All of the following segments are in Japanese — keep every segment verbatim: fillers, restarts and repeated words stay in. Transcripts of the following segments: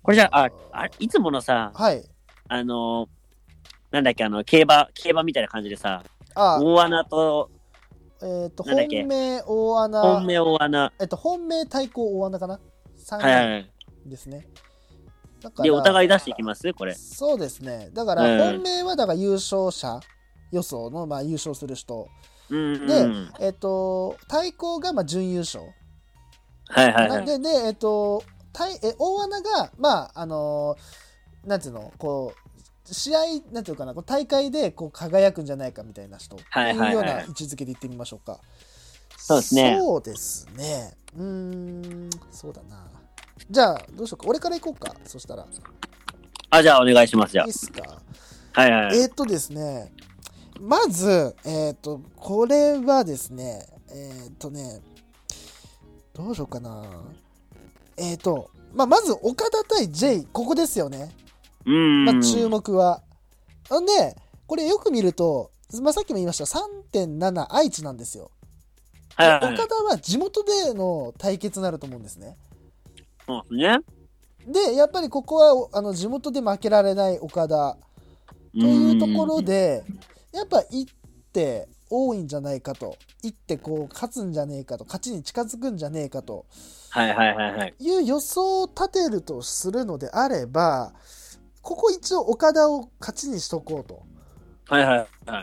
これじゃあ、あ、あいつものさ、 はい。 あのー、なんだっけ、あの、競馬、競馬みたいな感じでさ、 あ、 大穴と、 えっ、と、 なんだっけ、 本命大穴、 本命大穴。 えっと、本命対抗大穴かな ?さんはいはいはい。 人ですね。だかで、お互いら、 出していきますこれ。 そうですね。だかうら、本ん。 命は、だから優勝者予想の、まあ、優勝する人。 うんうんで、 うん。 えっ、と、対抗が、まあ、準優勝。 はいはいはい。 で、で、えっ、と、対え大穴が、まあ、あのーなんていうの、こう、試合、なんていうかな、こう大会でこう輝くんじゃないかみたいな人ってはいいうようはいはい。 な位置づけで言ってみましょうか。 そうですね。 そうですね。うーん、そうだな。じゃあ、どうしようか。俺から行こうか。そしたら。 あ、じゃあお願いします。じゃいいっすか。 あ。はいはい。 えーっとですね。まず、えーっと、これはですね、えーっとね、どうしようかな。えーっと、まあ、まず、岡田対 J、ここですよね。 うーん。 まあ、注目は。んで、これよく見ると、まあ、さっきも言いました さんてんなな 愛知なんですよ。で、 はいはいはい。 岡田は地元での対決になると思うんですね。 そうですね。 で、やっぱりここはあの地元で負けられない岡田うというところーん。 で、やっぱ一手多いんじゃないかと、一手こう勝つんじゃねえかと、勝ちに近づくんじゃねえかとはいはいはいはい。 いう予想を立てるとするのであれば、ここ一応岡田を勝ちにしとこうと。 はいはいはい。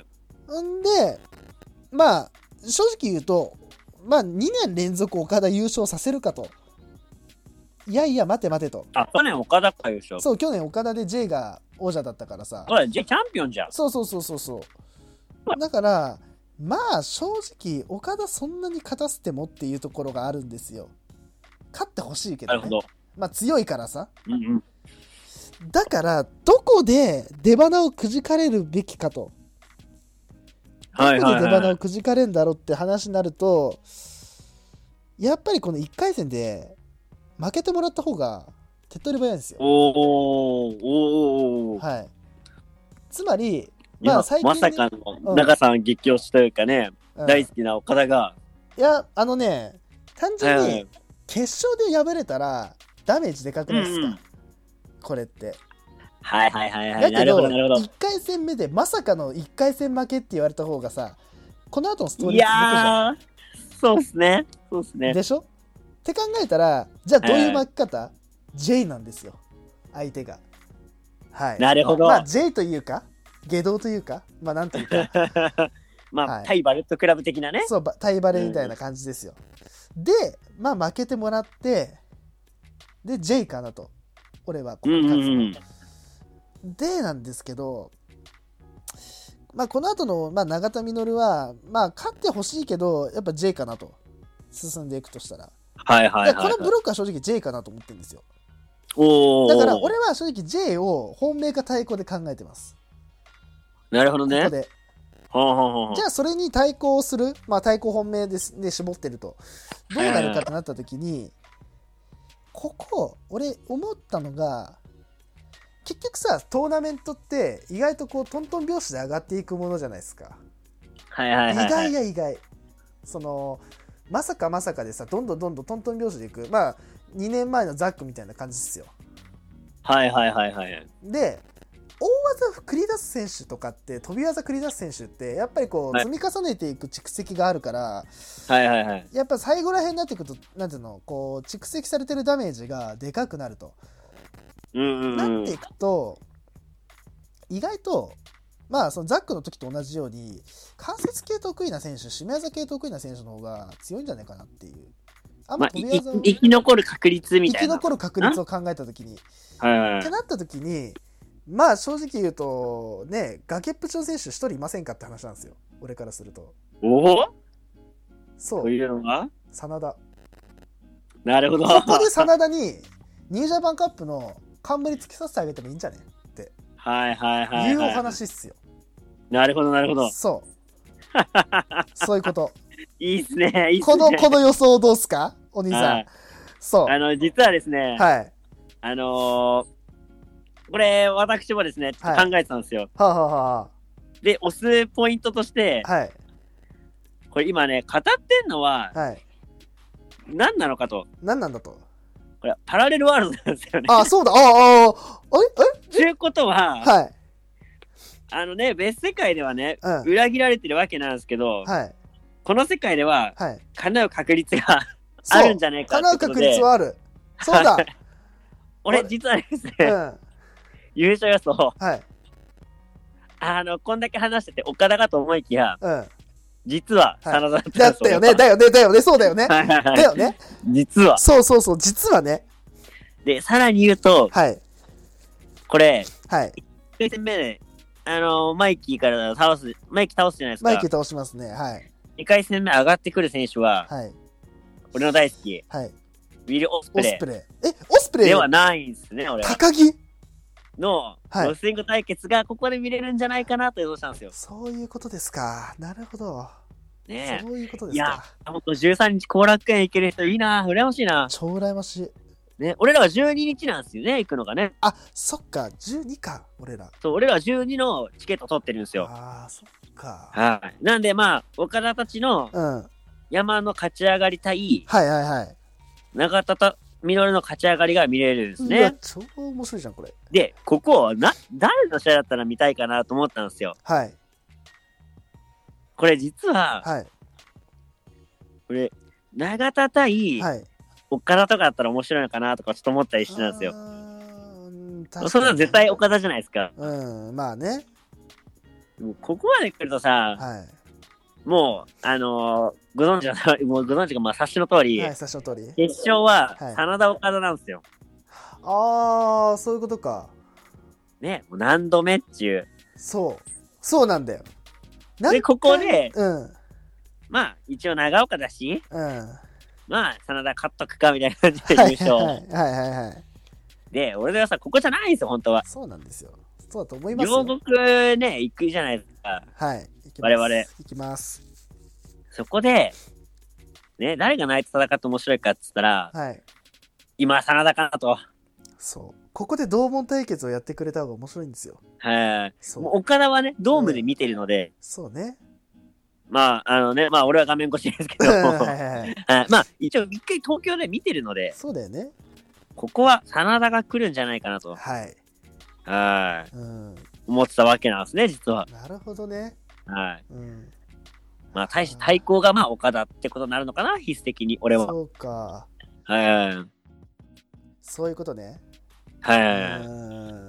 んで、まあ、正直言うと、まあにねん連続岡田優勝させるかと。いやいや、待て待てと。 あ、去年岡田か優勝。 そう、去年岡田で J が王者だったからさ。 そうだ、J チャンピオンじゃん。 そうそうそうそうそう。だから、まあ正直、岡田そんなに勝たせてもっていうところがあるんですよ。勝ってほしいけどね。 なるほど。 まあ強いからさ。 うんうん。 だから、どこで出花をくじかれるべきかと。どこで出はいはいはい花をはい。 くじかれんだろうって話になると、やっぱりこのいっかい戦で負けてもらった方が手っ取り早いんですよ。 おー、おー。 はい。つまり、 いや、 まあ最近、ね、 まさかの中さん激推しというかね、 うん、 大好きな岡田が。 いや、あのね、単純はいはいに決勝で敗れたらダメージでかくないですか、 うんうん、 これって。 はいはいはいはい。 だけど、いっかい戦目でまさかのいっかい戦負けって言われた方がさ、この後のストーリー続くじゃん。 いやー、そうっすね。そうっすね。 でしょって考えたら、じゃあどういう負け方、はい、J なんですよ。相手が。はい。 なるほど。 まあ J というか、下道というか、まあなんというか。 まあ、 はい、 対バレットクラブ的なね。 そう、対バレみたいな感じですよ。うん、で、まあ負けてもらって、で、J かなと。俺はここ勝つの。うんうんうん、で、なんですけど、まあこの後の、まあ、永田実は、まあ勝ってほしいけど、やっぱ J かなと。進んでいくとしたら。 はいはいはい、はい。 このブロックは正直 J かなと思ってるんですよ。 おー。 だから俺は正直 J を本命か対抗で考えてます。 なるほどね。 ここで。 ほうほうほうほう。 じゃあそれに対抗する、まあ対抗本命で、で絞ってると。どうなるかってなった時に、ここ、俺思ったのが、結局さ、トーナメントって意外とこうトントン拍子で上がっていくものじゃないですか。 はいはいはい、はい。 意外や意外。その、まさかまさかでさ、どんどんどんどんトントン拍子でいく。まあ、にねんまえのザックみたいな感じですよ。 はいはいはいはい。 で、大技繰り出す選手とかって、飛び技繰り出す選手って、やっぱりこう、積み重ねていく蓄積があるから、 はいはいはい。 やっぱ最後らへんになっていくと、なんていうの、こう、蓄積されてるダメージがでかくなると。 うんうんうん、 なっていくと、意外と、まあ、そのザックの時と同じように、関節系得意な選手、締め技系得意な選手の方が強いんじゃないかなっていう。あんま飛び技を、まあ、 生き残る確率みたいな。 生き残る確率を考えた時に。 はいはいはい、 ってなった時に、まあ正直言うと、ね、崖っぷちの選手一人いませんかって話なんですよ。俺からすると。 おおそう。 というのは真田。 なるほど。 ここで真田に、ニュージャパンカップの冠つけさせてあげてもいいんじゃねって。 はいはいはい、はい。 いうお話っすよ。 なるほどなるほど。 そう。そういうこと。 いいっすね。いいっすね。 この、この予想どうすかお兄さん。そう。 あの、実はですね。 はい。 あのー、これ、私もですね、ちょっと考えてたんですよ。 はい、はあ、はあはあ、 で、押すポイントとして、 はい。 これ今ね、語ってんのは、 はい。 何なのかと。 何なんだと。 これパラレルワールドなんですよね。 あ、そうだ。ああ、ああ、あれということは、 はい。 あのね、別世界ではね、 うん、 裏切られてるわけなんですけど、 はい。 この世界では、 はい、 叶う確率があるんじゃないかってことで。 叶う確率はある。そうだ。 俺、実はですね、 うん、 優勝予想、 はい。 あの、こんだけ話してて岡田かと思いきや、 うん。 実は、真田だったんですだったよね、だよね、だよね、そうだよね。だよね。 実は。 そうそうそう、実はね。 で、さらに言うと、 はい。 これ、 はい。 いっかい戦目で、あの、マイキーから倒す、マイキー倒すじゃないですか。 マイキー倒しますね、はい。 にかい戦目上がってくる選手は、 はい。 俺の大好き、 はい。 ウィル・オスプレイ。 オスプレイ。え、オスプレイではないんですね、俺は。 高木の、はい、ロスイング対決がここで見れるんじゃないかなと予想したんですよ。 そういうことですか。なるほど。 ねえ。 そういうことですか。 いや、ほんとじゅうさんにち後楽園行ける人いいな。羨ましいな。 超羨ましい。 ね、俺らはじゅうににちなんですよね、行くのがね。 あ、そっか、じゅうにか、俺ら。 そう、俺らはじゅうにのチケット取ってるんですよ。 ああ、そっか。 はい。なんでまあ、岡田たちの山の勝ち上がり対、 はいはいはい。 中田とミノルの勝ち上がりが見れるんですね。いや、 超面白いじゃん、これ。 で、ここ、な、誰の試合だったら見たいかなと思ったんですよ。 はい。 これ実は、 はい。 これ、永田対、はい、岡田とかだったら面白いのかなとかちょっと思ったりしてたんですよ。そんなの絶対岡田じゃないですか。 うん、まあね。 もうここまで来るとさ、はい、もう、あのー、ご存知の、もうご存知が、まあ、察しの通り、 はい、察しの通り。 決勝は、真田岡田なんですよ。 はい、あー、そういうことか。 ね、もう何度目っちゅう。 そう。そうなんだよ。 で、ここで、 うん。 まあ、一応長岡だし、 うん。まあ、真田勝っとくか、みたいな感じで優勝。 はいはいはいはい。 で、俺はさ、ここじゃないんですよ、本当は。 そうなんですよ。そうだと思いますよ。 両国ね、行くじゃないですか。 はい。 我々。 行きます。 そこで、ね、誰がナイト戦って面白いかっつったら、はい。今、真田かなと。 そう。ここで同門対決をやってくれた方が面白いんですよ。 はい。もう岡田はね、ドームで見てるので、うん、 そうね。 まあ、あのね、まあ、俺は画面越しですけど、はいはいはい、まあ、一応、一回東京で見てるので、 そうだよね。 ここは、真田が来るんじゃないかなと。 はい。 はい。うん。思ってたわけなんですね、実は。 なるほどね。 はい。うん。まあ、対し、対抗が、まあ、岡田ってことになるのかな、必須的に、俺は。 そうか。 はい。 そういうことね。 はい。うん。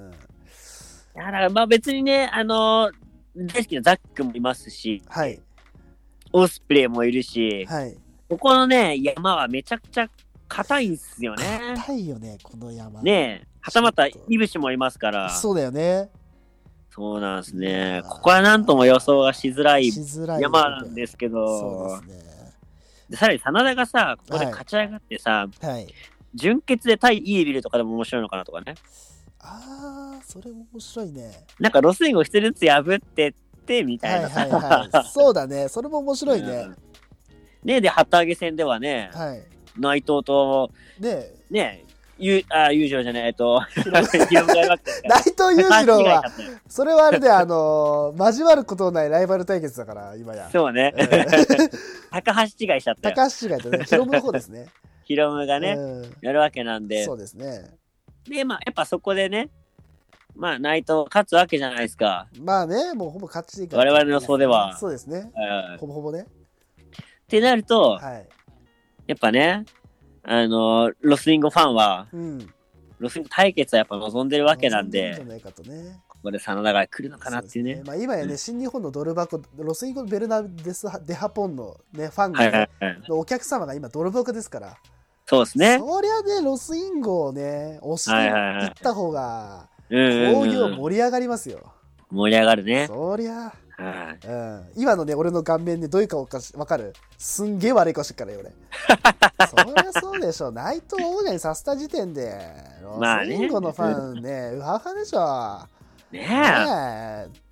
いや、だからまあ別にね、あのー、大好きなザックもいますし、 はい。 オスプレイもいるし、 はい。 ここのね、山はめちゃくちゃ硬いんすよね。 硬いよね、この山。 ねえ、はたまたイブシもいますから。 そうだよね。 そうなんですね。ここはなんとも予想がしづらい山なんですけど、 そうですね。 でさらに真田がさ、ここで勝ち上がってさ、はいはい、準決で対イービルとかでも面白いのかなとかね。 ああ、それ面白いね。 なんかロスインゴ一人ずつ破ってってみたいな。 はいはいはい。そうだね。それも面白いね。うん、 ねで、旗揚げ戦ではね、はい、内藤と、ねねゆあ、裕次郎じゃない、えっと、 内藤裕次郎は、それはあれで、あのー、交わることのないライバル対決だから、今や。 そうね。高橋違いしちゃったよ。 高橋違いとね、ヒロムの方ですね。 ヒロムがね、うん、やるわけなんで。 そうですね。 で、まあ、やっぱそこでね、まあ、内藤勝つわけじゃないですか。 まあね、もうほぼ勝ちでいいから。我々の予想では。 そうですね。うん、ほぼほぼね。 ってなると、 はい、 やっぱね、あのー、ロスインゴファンは、うん、ロスインゴ対決はやっぱ望んでるわけなんで、 望んでるんじゃないかとね、 ここで真田が来るのかなっていうね。うねまあ、今やね、新日本のドル箱、ロスインゴベルナデス・デハポンの、ね、ファンが、ねはいはいはい、のお客様が今ドル箱ですから、 そうですね。 そりゃね、ロスインゴをね、押していった方が、興行盛り上がりますよ。 盛り上がるね。 そりゃ。はい、うん、今のね、俺の顔面でどういう顔かわかる？すんげえ悪い顔してるからよ、俺。そりゃそうでしょ。内藤王者にさせた時点で、ロスインゴのファンね、うはうはでしょ。 ねえ。 ねえ。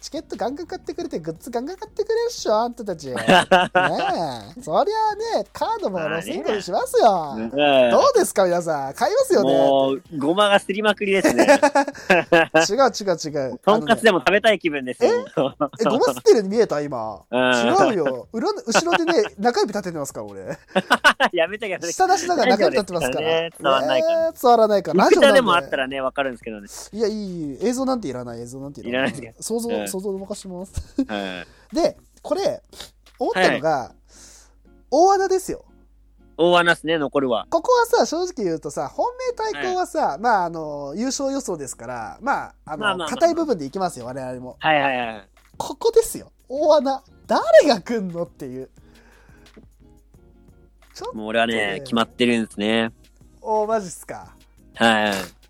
チケットガンガン買ってくれて、グッズガンガン買ってくれるっしょ、あんたたち。ねえ。そりゃね、カードもロスインゴにしますよ。ね、どうですか、皆さん。買いますよね。 もう、ごまがすりまくりですね。 違う違う違う。 とんかつでも食べたい気分ですよ。 ええ、ごますってるように見えた今。違うよ。裏後ろでね、中指立ててますから、俺。 やめてやめて。 下出しながら中指立ってますから。 伝わらないから。 伝わらないから。 ラジオでもあったらね、わかるんですけどね。 いや、いい。映像なんていらない、映像なんていらない。いらないですけど。想像、想像で任してます。で、これ、思ったのが、大穴ですよ。 大穴ですね、残るは。 ここはさ、正直言うとさ、本命対抗はさ、まあ、あの、優勝予想ですから、まあ、あの、硬い部分でいきますよ、我々も。 はいはいはい。 ここですよ、大穴。誰が来んのっていう。 もう俺はね、決まってるんですね。 おー、マジっすか。 はい。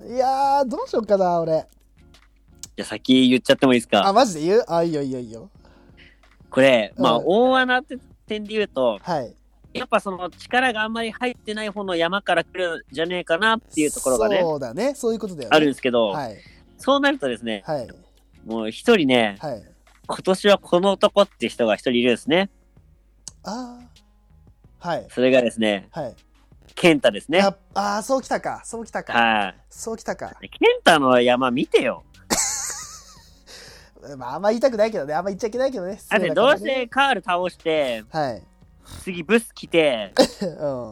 いやー、どうしようかな、俺。 じゃあ先言っちゃってもいいですか。 あ、マジで言う？あ、いいよいいよいいよ。 これ、まあ、大穴って点で言うと、 はい。 やっぱその力があんまり入ってない方の山から来るんじゃねえかなっていうところがね。 そうだね。そういうことだよね。 あるんですけど、 はい、 そうなるとですね、 はい、 もう一人ね、はい、今年はこの男っていう人が一人いるんですね。 ああ。はい。 それがですね、 はい。 ケンタですね。 ああ、そうきたか。そうきたか。はい。そうきたか。 ケンタの山見てよ。 まあ、あんま言いたくないけどね。あんま言っちゃいけないけどね。 だってどうしてカール倒して、はい。次ブス来て、うん、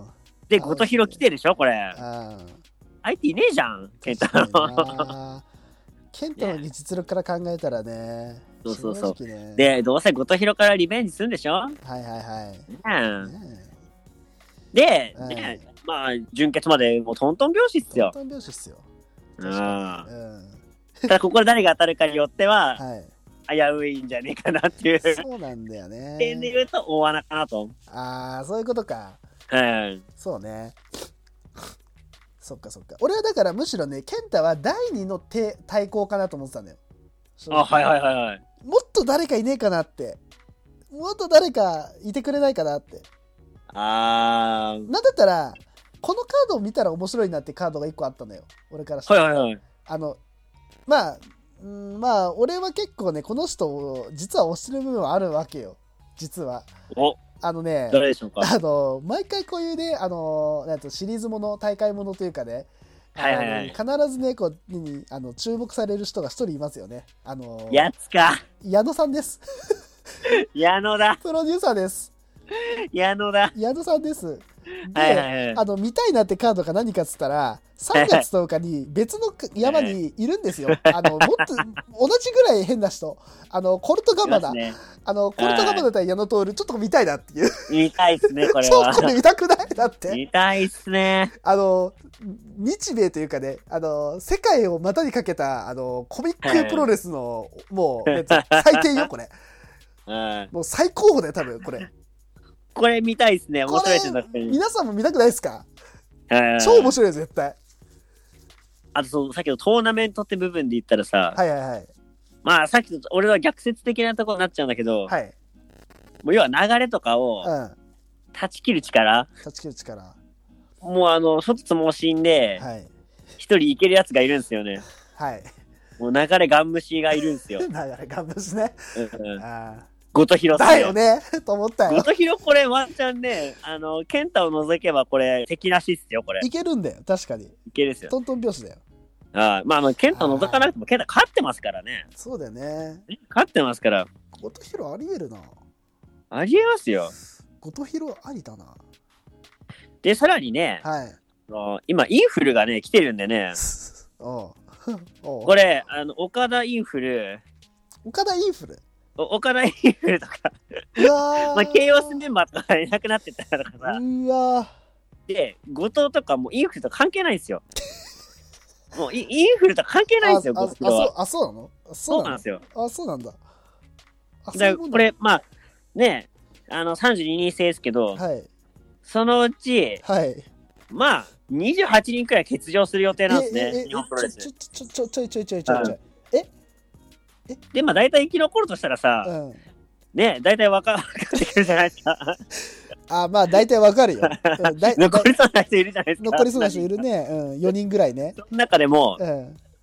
で、ゴトヒロ来てるでしょこれ。あ相手いねえじゃん、ケンタの。 ケンタの実力から考えたらね。 そうそうそう。ね、で、どうせゴトヒロからリベンジするんでしょはいはいはい。 ねねで、はい、ね、まあ、準決までもうトントン拍子っすよ。 トントン拍子っすよ。 うん。ただ、ここで誰が当たるかによっては、はい、危ういんじゃねえかなっていう。 そうなんだよね。 点で言うと大穴かなと。 ああ、そういうことか。 はい。 そうね。そっかそっか。俺はだからむしろね、ケンタはだいにの対抗かなと思ってたんだよ。 あ、はいはいはいはい。 もっと誰かいねえかなって。もっと誰かいてくれないかなって。 あー。 なんだったら、このカードを見たら面白いなってカードがいっこあったのよ。俺からしたら。はいはいはい。 あの、まあ、んまあ、俺は結構ね、この人を実は推してる部分はあるわけよ。実は。 おあのね、 誰でしょうか。 あの、毎回こういうね、あの、なんとシリーズもの、大会ものというかね、 はいはいはい、 必ずね、こう、に、あの、注目される人が一人いますよね。あの、 やつか。 矢野さんです。 矢野だ。 プロデューサーです。 矢野だ。 矢野さんです。で、 はいはいはい、 あの、見たいなってカードが何かっつったら、さんがつとおかに別の山にいるんですよ。あの、もっと、同じぐらい変な人。あの、コルトガマだ。ね、あの、コルトガマだったら矢野徹、ちょっと見たいなっていう。 見たいっすね、これは。 そう、これ見たくないだって。 見たいっすね。 あの、日米というかね、あの、世界を股にかけた、あの、コミックプロレスの、もう、最低よ、これ。もう最高峰だよ、多分、これ。 これ見たいっすね。面白いですね。 皆さんも見たくないですか？超面白いよ、絶対。 あとそう、さっきのトーナメントって部分で言ったらさ、 はいはいはい。 まあさっきと俺は逆説的なところになっちゃうんだけど、 はい。 もう要は流れとかを断ち切る力、 うん、断ち切る力。 もうあの、外つ盲信で、はい。一人いけるやつがいるんですよね。 はい。 もう流れガン虫がいるんですよ。 流れガン虫ね。 うんうん。ああ。ゴトヒロだよねと思ったよ。 ゴトヒロこれワンチャンね、あの、ケンタを除けばこれ敵なしっすよ、これ。 いけるんだよ、確かに。 いけるっすよ。 トントン拍子だよ。 ああ、まあ、あの、ケンタを除かなくても、ケンタ勝ってますからね。 そうだよね。 勝ってますから。 ゴトヒロありえるな。 ありえますよ。 ゴトヒロありだな。 で、さらにね、はい。今、インフルがね、来てるんでね。おうおうこれ、あの、岡田インフル。 岡田インフル岡田インフルとかうわまあ、ケイオスメンバーとかいなくなってたとかさ。 うわで、後藤とかもインフルと関係ないんですよ。もうインフルと関係ないんですよ、 後藤は。あ、そうなの？ そうなんですよ。 あ、そうなんだ。 あ、だこれ、まあ、ね、あの、さんじゅうににん制ですけど、はい、そのうち、はい、まあ、にじゅうはちにんくらい欠場する予定なんですね、日本プロレス。 ちょ、ちょ、ちょ、ちょいちょいちょいちょいちょい。えで、まあ、大体生き残るとしたらさ、うん、ね、大体分かってくるじゃないですか。 あ、まあ、大体分かるよ。 残りそうな人いるじゃないですか。 残りそうな人いるね。うん、よにんぐらいね。 その中でも、うん、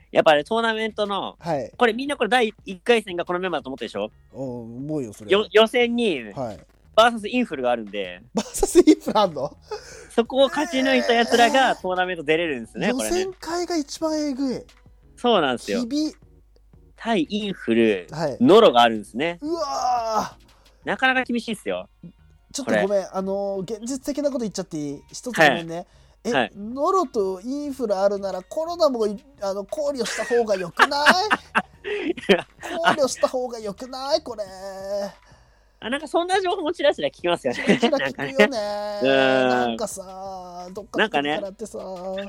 やっぱり、ね、トーナメントの、 はい、 これみんなこれだいいっかい戦がこのメンバーだと思ってるでしょ。 お思うよそれよ予選に、 はい、 バーサスインフルがあるんで、 バーサスインフルあんの？ そこを勝ち抜いたやつらがトーナメント出れるんですね、 予これね。 選会が一番えぐい。 そうなんですよ。 日々 対インフル、 はい、 ノロがあるんですね。 うわなかなか厳しいっすよ。 ちょっとごめん、あのー、現実的なこと言っちゃっていい？一つごめんね、はい、え、はい、ノロとインフルあるならコロナもあの考慮した方がよくない？考慮した方がよくないこれ。 あ、なんかそんな情報もちらちら聞きますよね。 ちらちら聞くよね。なんかね、なんかさ、どっかからってさ。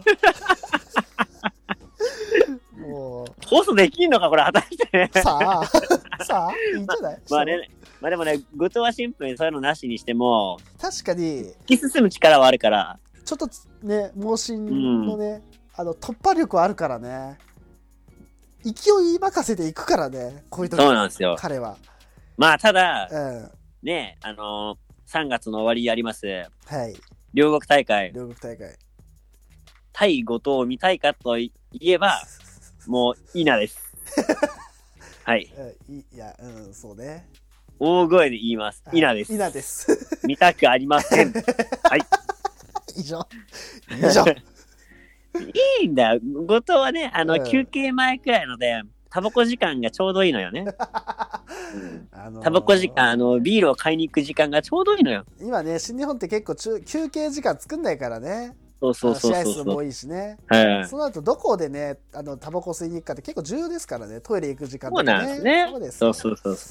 もう放送できんのかこれ果たしてね。 さあ、さあ、いいんじゃない？ まあね、まあでもね、後藤はシンプルにそういうのなしにしても、 確かに突き進む力はあるから。 ちょっとね、盲信のね、うん、あの突破力はあるからね。勢い任せていくからね、こういう時。 そうなんですよ。 彼は。 まあただ、 うん、 ね、あのー、さんがつの終わりやります。 はい。 両国大会。 両国大会。 対後藤を見たいかといえば、もう稲です。はい。 いや、うん、そうね。 大声で言います。稲です。 稲です。 見たくありません。はい。 以上。以上。 いいんだよ。後藤はね、あの、うん、休憩前くらいので、タバコ時間がちょうどいいのよね。うんあのー、タバコ時間、あの、ビールを買いに行く時間がちょうどいいのよ。 今ね、新日本って結構中休憩時間作んないからね。 そうそうそうそう。 試合数も多いしね。 はい。 その後どこでね、あのタバコ吸いに行くかって結構重要ですからね。トイレ行く時間とかね。そうなんですね。そうです。そうそうそう。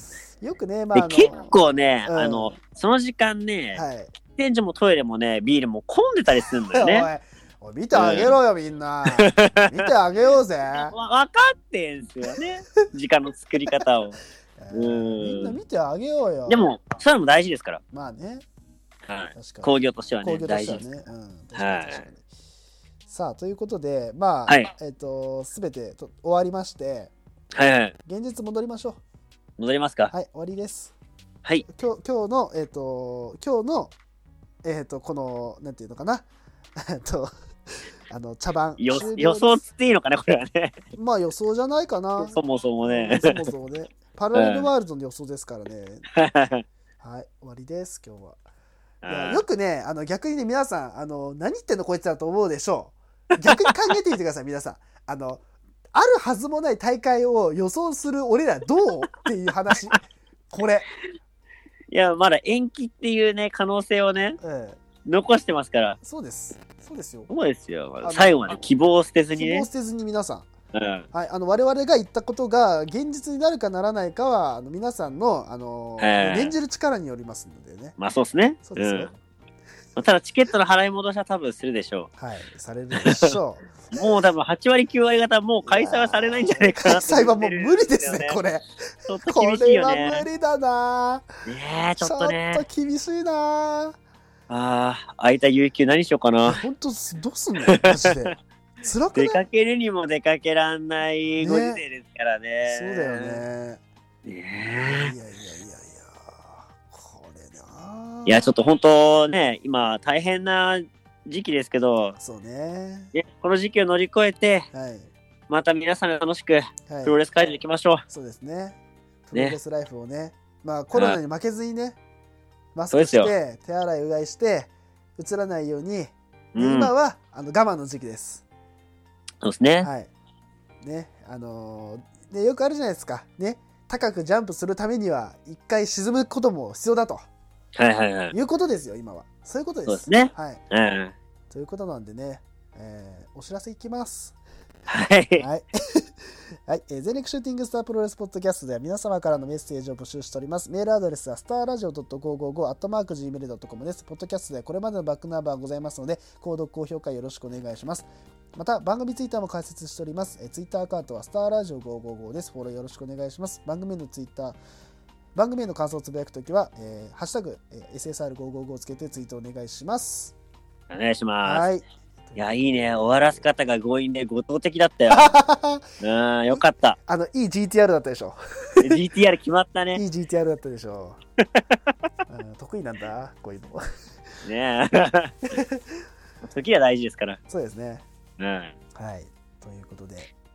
よくね、まあ、あの結構ね、うん、あのその時間ね、 はい、 喫煙所もトイレもね、ビールも混んでたりするんだよね。 おい、おい見てあげろよ、うん、みんな。見てあげようぜ。 わ分かってんすよね。時間の作り方を。 うんみんな見てあげようよ。 でも、そういうのも大事ですから。 まあね。 はい、工業としてはね、大事です。 ねうん、はい。さあということで、まあ、はい、えっとすべてと終わりまして、 はいはい。 現実戻りましょう。 戻りますか。 はい、終わりです。 はい。 今日今日のえっと今日のえっとこのなんていうのかな、えっとあの茶番予想つっていいのかねこれはね。 まあ予想じゃないかな。 そもそもね。 そもそもね。パラレルワールドの予想ですからね。はい、終わりです今日は。いやよくねあの逆にね皆さんあの何言ってんのこいつだと思うでしょう。逆に考えてみてください皆さん。あのあるはずもない大会を予想する俺らどうっていう話。これ。 いやまだ延期っていうね可能性をね、ええ、残してますから。 そうですそうですよ。 そうですよ。最後まで希望を捨てずにね。 希望を捨てずに皆さん。 うん、 はい、あの我々が言ったことが現実になるかならないかはあの皆さんの、あのー、念じる力によりますのでね。 まあそうですね。 そうですよ。 うん、ただチケットの払い戻しは多分するでしょう。はい、されるでしょう。もう多分はちわりきゅうわり方もう開催はされないんじゃないかな。 開催はもう無理ですねこれ。 ちょっと厳しいよね。 これは無理だな。 ねえちょっとね。 ちょっと厳しいな。 ああ空いた有給何しようかな。 本当どうすんのマジで。辛くない？ 出かけるにも出かけらんないご時世ですからね。ねそうだよね。ねえ。いやいやいやいやこれな。 いやちょっと本当ね今大変な時期ですけど。 そうね。 ねこの時期を乗り越えて、はい、また皆さんで楽しくプロレス会場行きましょう。はい、 そうですね。プロレスライフをね、ねまあコロナに負けずにね、マスクして手洗いうがいしてうつらないように、うん、今はあの我慢の時期です。 そうですね。 はい。ね、あのー、ね、よくあるじゃないですか。ね、高くジャンプするためには一回沈むことも必要だと。 はいはいはい。 いうことですよ、今は。そういうことです。 そうですね。 はい。 うん。 ということなんでね、えー、お知らせいきます。 はい。 はい。はい、えー、全力シューティングスタープロレスポッドキャストでは皆様からのメッセージを募集しております。メールアドレスはスターラジオ ドットごーごーご アットマーク ジーメール ドットコム です。ポッドキャストではこれまでのバックナンバーございますので、購読高評価よろしくお願いします。また番組ツイッターも開設しております。えー、ツイッターアカウントはスターラジオごーごーごです。フォローよろしくお願いします。番組へのツイッター番組への感想をつぶやくときは、えー、ハッシュタグ、えー、エスエスアールごーごーご をつけてツイートお願いします。 お願いします。 はい。 いや、いいね。終わらせ方が強引で後藤的だったよ。うん、よかった。 あの、いい ジーティーアール だったでしょ。 ジーティーアール 決まったね。 いい ジーティーアール だったでしょ。得意なんだ、こういうの。 ねえ。時は大事ですから。 そうですね。 うん。 はい。ということで、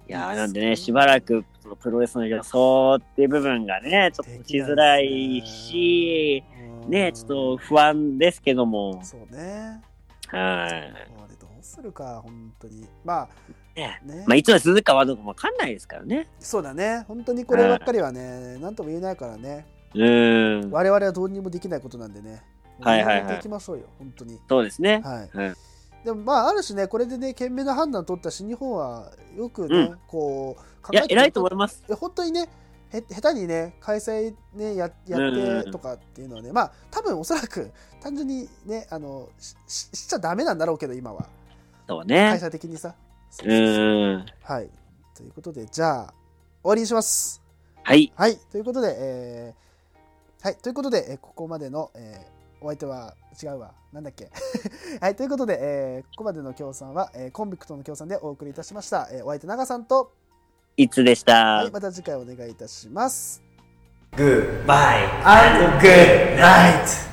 いやーなんでね、しばらくプロレスの予想っていう部分がね、ちょっとしづらいし、ね、ちょっと不安ですけども。 そうね。 はい。 これどうするか、本当に。まあ、 ねねまあ、いつまで続くかはどうかもわかんないですからね。 そうだね。本当にこればっかりはね、なんとも言えないからね。 うん。 我々はどうにもできないことなんでね。 はいはいはい。 やっていきましょうよ、本当に。 そうですね。 はい。 はい、 でもまあある種ね、これでね、賢明な判断を取った新日本はよくね、うん、こう考えて、いや偉いと思います。 いや本当にね、へ下手にね開催ね や, やってとかっていうのはね、うん、まあ多分おそらく単純にねあの し, し, しちゃダメなんだろうけど今は。 そうね。 開催的にさ。そうそうそううんはいということでじゃあ終わりにします。 はいはいということで、えー、はいということで、えー、ここまでの、えーお相手は違うわなんだっけはいということで、えー、ここまでの協賛は、えー、コンビクトの協賛でお送りいたしました、えー、お相手長さんといつでした、 はい、また次回お願いいたします。 Goodbye and good night